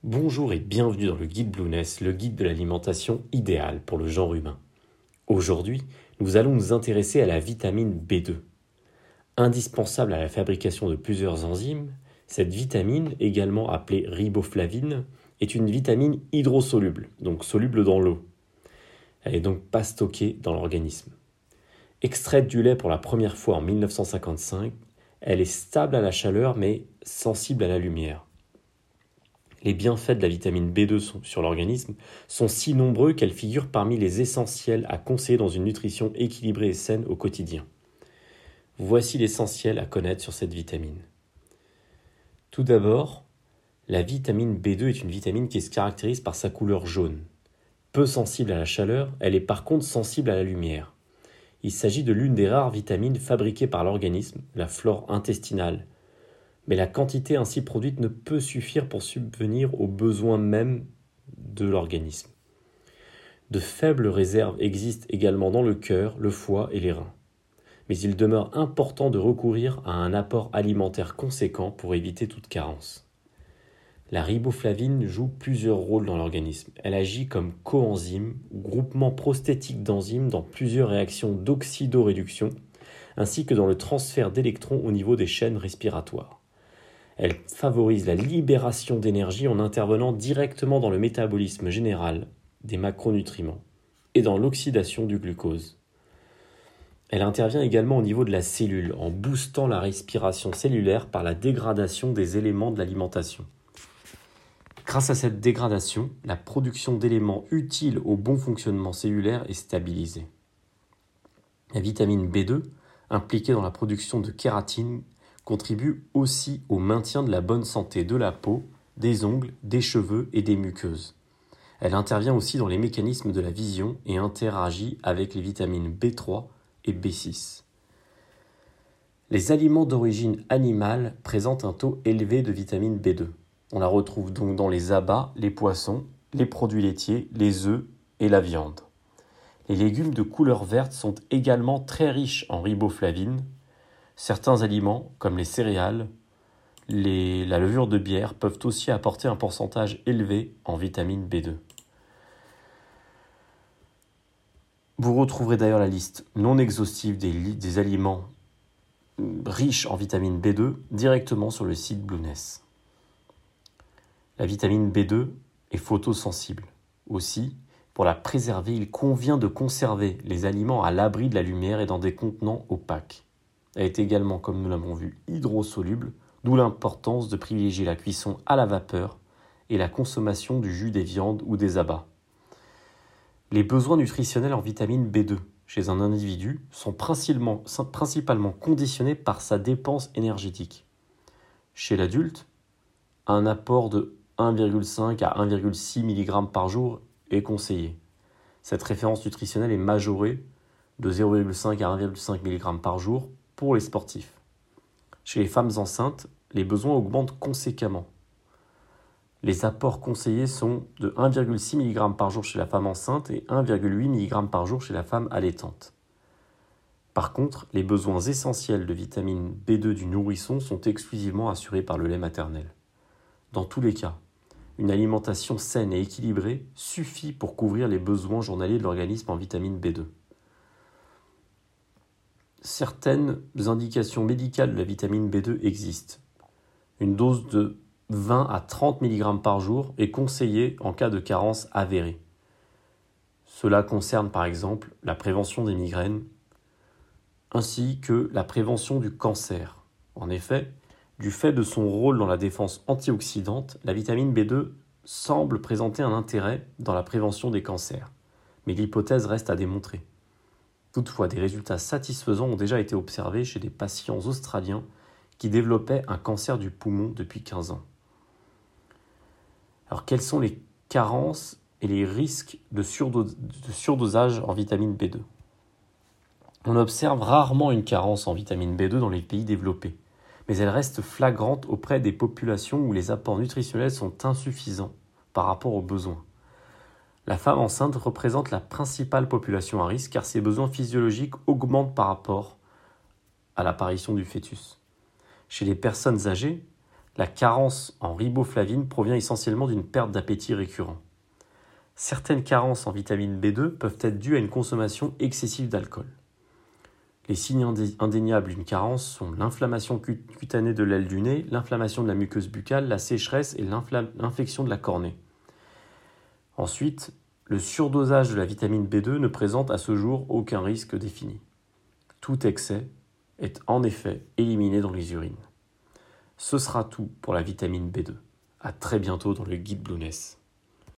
Bonjour et bienvenue dans le guide Blueness, le guide de l'alimentation idéale pour le genre humain. Aujourd'hui, nous allons nous intéresser à la vitamine B2. Indispensable à la fabrication de plusieurs enzymes, cette vitamine, également appelée riboflavine, est une vitamine hydrosoluble, donc soluble dans l'eau. Elle n'est donc pas stockée dans l'organisme. Extraite du lait pour la première fois en 1955, elle est stable à la chaleur mais sensible à la lumière. Les bienfaits de la vitamine B2 sur l'organisme sont si nombreux qu'elle figure parmi les essentiels à conseiller dans une nutrition équilibrée et saine au quotidien. Voici l'essentiel à connaître sur cette vitamine. Tout d'abord, la vitamine B2 est une vitamine qui se caractérise par sa couleur jaune. Peu sensible à la chaleur, elle est par contre sensible à la lumière. Il s'agit de l'une des rares vitamines fabriquées par l'organisme, la flore intestinale. Mais la quantité ainsi produite ne peut suffire pour subvenir aux besoins mêmes de l'organisme. De faibles réserves existent également dans le cœur, le foie et les reins. Mais il demeure important de recourir à un apport alimentaire conséquent pour éviter toute carence. La riboflavine joue plusieurs rôles dans l'organisme. Elle agit comme coenzyme, groupement prosthétique d'enzymes dans plusieurs réactions d'oxydoréduction, ainsi que dans le transfert d'électrons au niveau des chaînes respiratoires. Elle favorise la libération d'énergie en intervenant directement dans le métabolisme général des macronutriments et dans l'oxydation du glucose. Elle intervient également au niveau de la cellule en boostant la respiration cellulaire par la dégradation des éléments de l'alimentation. Grâce à cette dégradation, la production d'éléments utiles au bon fonctionnement cellulaire est stabilisée. La vitamine B2, impliquée dans la production de kératine, contribue aussi au maintien de la bonne santé de la peau, des ongles, des cheveux et des muqueuses. Elle intervient aussi dans les mécanismes de la vision et interagit avec les vitamines B3 et B6. Les aliments d'origine animale présentent un taux élevé de vitamine B2. On la retrouve donc dans les abats, les poissons, les produits laitiers, les œufs et la viande. Les légumes de couleur verte sont également très riches en riboflavine. Certains aliments, comme les céréales, la levure de bière, peuvent aussi apporter un pourcentage élevé en vitamine B2. Vous retrouverez d'ailleurs la liste non exhaustive des aliments riches en vitamine B2 directement sur le site Blueness. La vitamine B2 est photosensible. Aussi, pour la préserver, il convient de conserver les aliments à l'abri de la lumière et dans des contenants opaques. Elle est également, comme nous l'avons vu, hydrosoluble, d'où l'importance de privilégier la cuisson à la vapeur et la consommation du jus des viandes ou des abats. Les besoins nutritionnels en vitamine B2 chez un individu sont principalement conditionnés par sa dépense énergétique. Chez l'adulte, un apport de 1,5 à 1,6 mg par jour est conseillé. Cette référence nutritionnelle est majorée de 0,5 à 1,5 mg par jour pour les sportifs. Chez les femmes enceintes, les besoins augmentent conséquemment. Les apports conseillés sont de 1,6 mg par jour chez la femme enceinte et 1,8 mg par jour chez la femme allaitante. Par contre, les besoins essentiels de vitamine B2 du nourrisson sont exclusivement assurés par le lait maternel. Dans tous les cas, une alimentation saine et équilibrée suffit pour couvrir les besoins journaliers de l'organisme en vitamine B2. Certaines indications médicales de la vitamine B2 existent. Une dose de 20 à 30 mg par jour est conseillée en cas de carence avérée. Cela concerne par exemple la prévention des migraines ainsi que la prévention du cancer. En effet, du fait de son rôle dans la défense antioxydante, la vitamine B2 semble présenter un intérêt dans la prévention des cancers. Mais l'hypothèse reste à démontrer. Toutefois, des résultats satisfaisants ont déjà été observés chez des patients australiens qui développaient un cancer du poumon depuis 15 ans. Alors, quelles sont les carences et les risques de surdosage en vitamine B2 ? On observe rarement une carence en vitamine B2 dans les pays développés, mais elle reste flagrante auprès des populations où les apports nutritionnels sont insuffisants par rapport aux besoins. La femme enceinte représente la principale population à risque car ses besoins physiologiques augmentent par rapport à l'apparition du fœtus. Chez les personnes âgées, La carence en riboflavine provient essentiellement d'une perte d'appétit récurrent. Certaines carences en vitamine B2 peuvent être dues à une consommation excessive d'alcool. Les signes indéniables d'une carence sont l'inflammation cutanée de l'aile du nez, l'inflammation de la muqueuse buccale, la sécheresse et l'infection de la cornée. Ensuite, le surdosage de la vitamine B2 ne présente à ce jour aucun risque défini. Tout excès est en effet éliminé dans les urines. Ce sera tout pour la vitamine B2. À très bientôt dans le guide Blueness.